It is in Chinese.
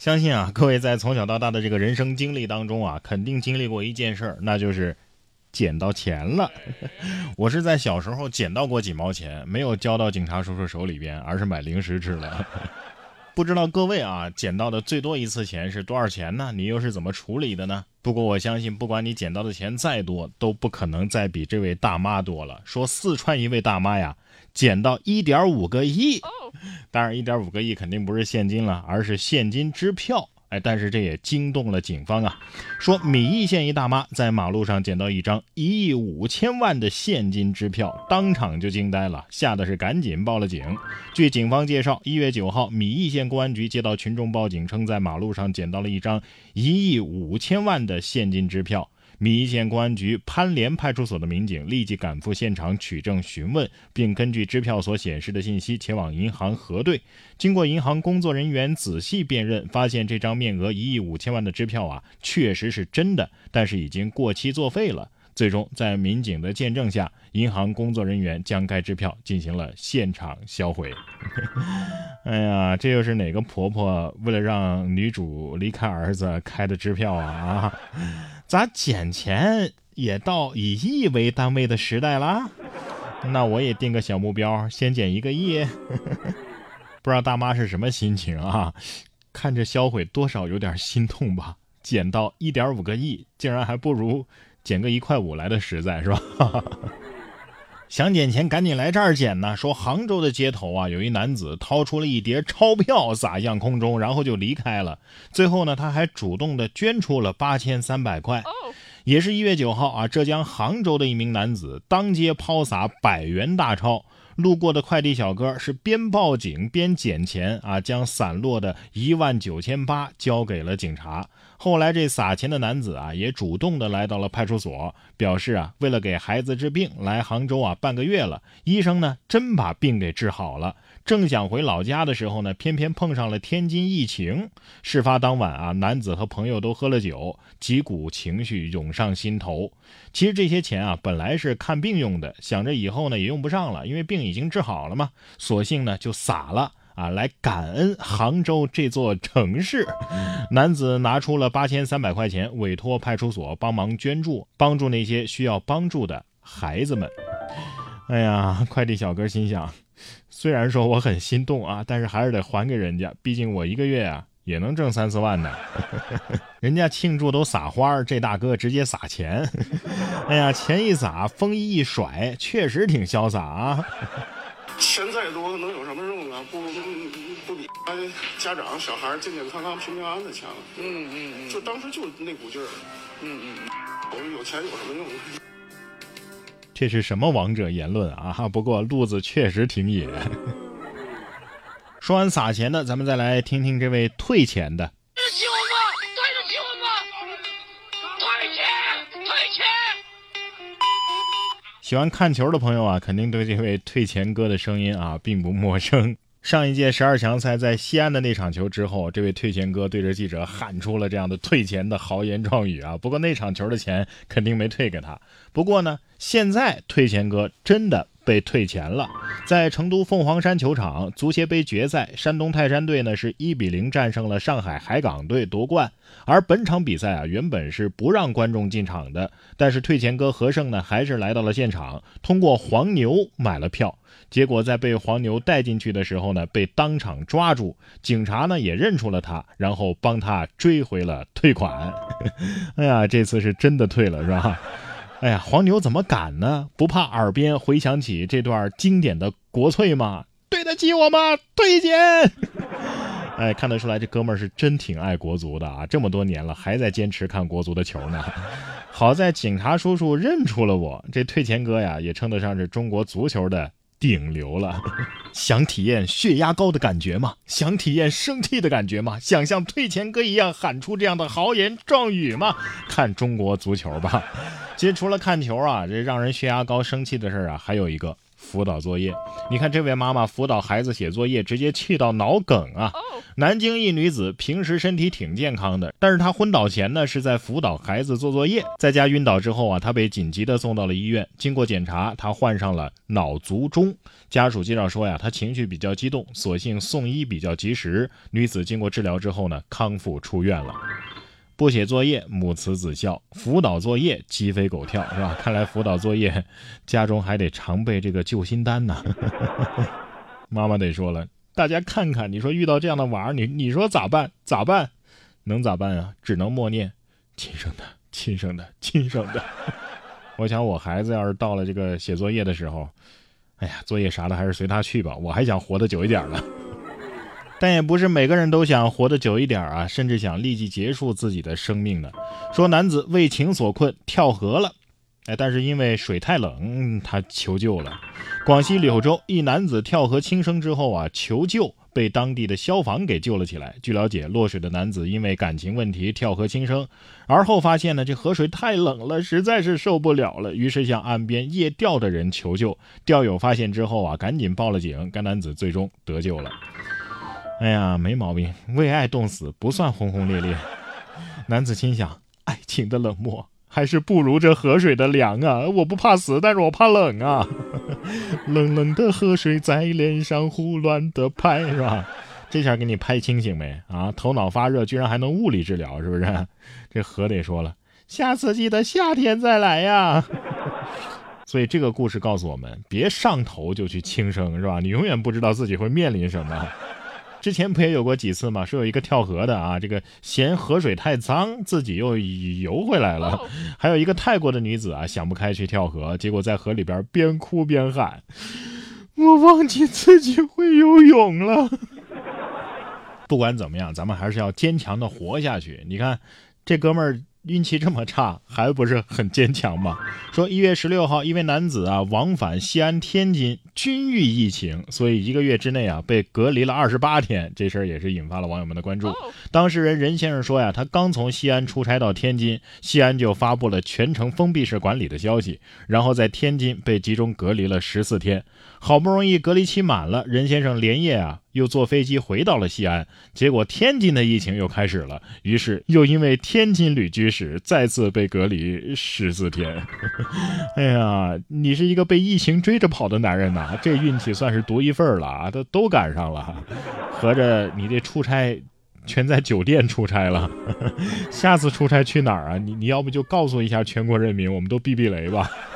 相信啊，各位在从小到大的这个人生经历当中啊，肯定经历过一件事儿，那就是捡到钱了。我是在小时候捡到过几毛钱，没有交到警察叔叔手里边，而是买零食吃了。不知道各位啊，捡到的最多一次钱是多少钱呢？你又是怎么处理的呢？不过我相信，不管你捡到的钱再多，都不可能再比这位大妈多了。说四川一位大妈呀，捡到1.5个亿，当然1.5个亿肯定不是现金了，而是现金支票。但是这也惊动了警方啊！说米易县一大妈在马路上捡到一张1亿5千万的现金支票，当场就惊呆了，吓得是赶紧报了警。据警方介绍，1月9号，米易县公安局接到群众报警，称在马路上捡到了一张1亿5千万的现金支票。米易县公安局潘连派出所的民警立即赶赴现场取证询问，并根据支票所显示的信息前往银行核对。经过银行工作人员仔细辨认，发现这张面额1亿5千万的支票啊，确实是真的，但是已经过期作废了。最终在民警的见证下，银行工作人员将该支票进行了现场销毁。哎呀，这又是哪个婆婆为了让女主离开儿子开的支票啊？咋捡钱也到以亿为单位的时代啦？那我也定个小目标，先捡1个亿。不知道大妈是什么心情啊？看着销毁多少有点心痛吧。捡到1.5个亿，竟然还不如捡个1.5块来的实在，是吧？想捡钱赶紧来这儿捡呢。说杭州的街头啊，有一男子掏出了一叠钞票撒向空中，然后就离开了。最后呢，他还主动的捐出了8300块。也是1月9号啊，浙江杭州的一名男子当街抛洒100元大钞，路过的快递小哥是边报警边捡钱啊，将散落的19800交给了警察。后来这撒钱的男子啊，也主动的来到了派出所，表示啊，为了给孩子治病，来杭州啊半个月了，医生呢真把病给治好了。正想回老家的时候呢，偏偏碰上了天津疫情。事发当晚啊，男子和朋友都喝了酒，几股情绪涌上心头。其实这些钱啊，本来是看病用的，想着以后呢也用不上了，因为病已经治好了嘛，索性呢就撒了啊，来感恩杭州这座城市。男子拿出了8300块钱，委托派出所帮忙捐助，帮助那些需要帮助的孩子们。哎呀，快递小哥心想，虽然说我很心动啊，但是还是得还给人家，毕竟我1个月啊也能挣3-4万呢。人家庆祝都撒花，这大哥直接撒钱。哎呀，钱一撒，风衣一甩，确实挺潇洒啊。 钱再多能有什么用啊？不比家长小孩健健康康平平安安的强。就当时就那股劲儿。有钱有什么用？ 这是什么王者言论啊？不过路子确实挺野。说完撒钱的，咱们再来听听这位退钱的。 对得起我们，退钱！ 喜欢看球的朋友啊，肯定对这位退钱哥的声音啊并不陌生。上一届12强赛在西安的那场球之后，这位退钱哥对着记者喊出了这样的退钱的豪言壮语啊。不过那场球的钱肯定没退给他。不过呢，现在退钱哥真的被退钱了。在成都凤凰山球场足协杯决赛，山东泰山队呢是1-0战胜了上海海港队夺冠。而本场比赛啊，原本是不让观众进场的，但是退钱哥何胜呢还是来到了现场，通过黄牛买了票。结果在被黄牛带进去的时候呢，被当场抓住，警察呢也认出了他，然后帮他追回了退款。哎呀，这次是真的退了，是吧？哎呀，黄牛怎么敢呢？不怕耳边回想起这段经典的国粹吗？对得起我吗？退钱！哎，看得出来这哥们儿是真挺爱国足的啊！这么多年了，还在坚持看国足的球呢。好在警察叔叔认出了我，这退钱哥呀，也称得上是中国足球的顶流了。想体验血压高的感觉吗？想体验生气的感觉吗？想像退钱哥一样喊出这样的豪言壮语吗？看中国足球吧。其实除了看球啊，这让人血压高生气的事啊，还有一个辅导作业。你看这位妈妈辅导孩子写作业，直接气到脑梗啊！南京一女子平时身体挺健康的，但是她昏倒前呢是在辅导孩子做作业，在家晕倒之后啊，她被紧急的送到了医院。经过检查，她患上了脑卒中。家属介绍说呀，她情绪比较激动，所幸送医比较及时。女子经过治疗之后呢，康复出院了。不写作业母慈子孝，辅导作业鸡飞狗跳，是吧？看来辅导作业家中还得常备这个救心丹呢。妈妈得说了，大家看看，你说遇到这样的娃儿，你说咋办？咋办？能咋办啊？只能默念亲生的，亲生的，亲生的。我想我孩子要是到了这个写作业的时候，哎呀，作业啥的还是随他去吧，我还想活得久一点呢。但也不是每个人都想活得久一点啊，甚至想立即结束自己的生命的。说男子为情所困跳河了，但是因为水太冷，他求救了。广西柳州一男子跳河轻生之后啊，求救被当地的消防给救了起来。据了解，落水的男子因为感情问题跳河轻生，而后发现呢，这河水太冷了，实在是受不了了，于是向岸边夜钓的人求救。钓友发现之后啊，赶紧报了警，该男子最终得救了。哎呀，没毛病，为爱冻死不算轰轰烈烈。男子心想，爱情的冷漠还是不如这河水的凉啊！我不怕死，但是我怕冷啊！冷冷的河水在脸上胡乱的拍，是吧？这下给你拍清醒没啊？头脑发热居然还能物理治疗，是不是？这河得说了，下次记得夏天再来呀！所以这个故事告诉我们，别上头就去轻生，是吧？你永远不知道自己会面临什么。之前不也有过几次吗？说有一个跳河的啊，这个嫌河水太脏，自己又游回来了。还有一个泰国的女子啊，想不开去跳河，结果在河里边边哭边喊：“我忘记自己会游泳了。”不管怎么样，咱们还是要坚强的活下去。你看，这哥们儿运气这么差，还不是很坚强吗？说1月16号，一位男子啊往返西安、天津，均遇疫情，所以1个月之内啊被隔离了28天。这事儿也是引发了网友们的关注。当事人任先生说呀，他刚从西安出差到天津，西安就发布了全程封闭式管理的消息，然后在天津被集中隔离了14天。好不容易隔离期满了，任先生连夜啊又坐飞机回到了西安，结果天津的疫情又开始了，于是又因为天津旅居史再次被隔离14天。哎呀，你是一个被疫情追着跑的男人呐，这运气算是独一份了啊，都赶上了。合着你这出差全在酒店出差了，下次出差去哪儿啊？你要不就告诉一下全国人民，我们都避避雷吧。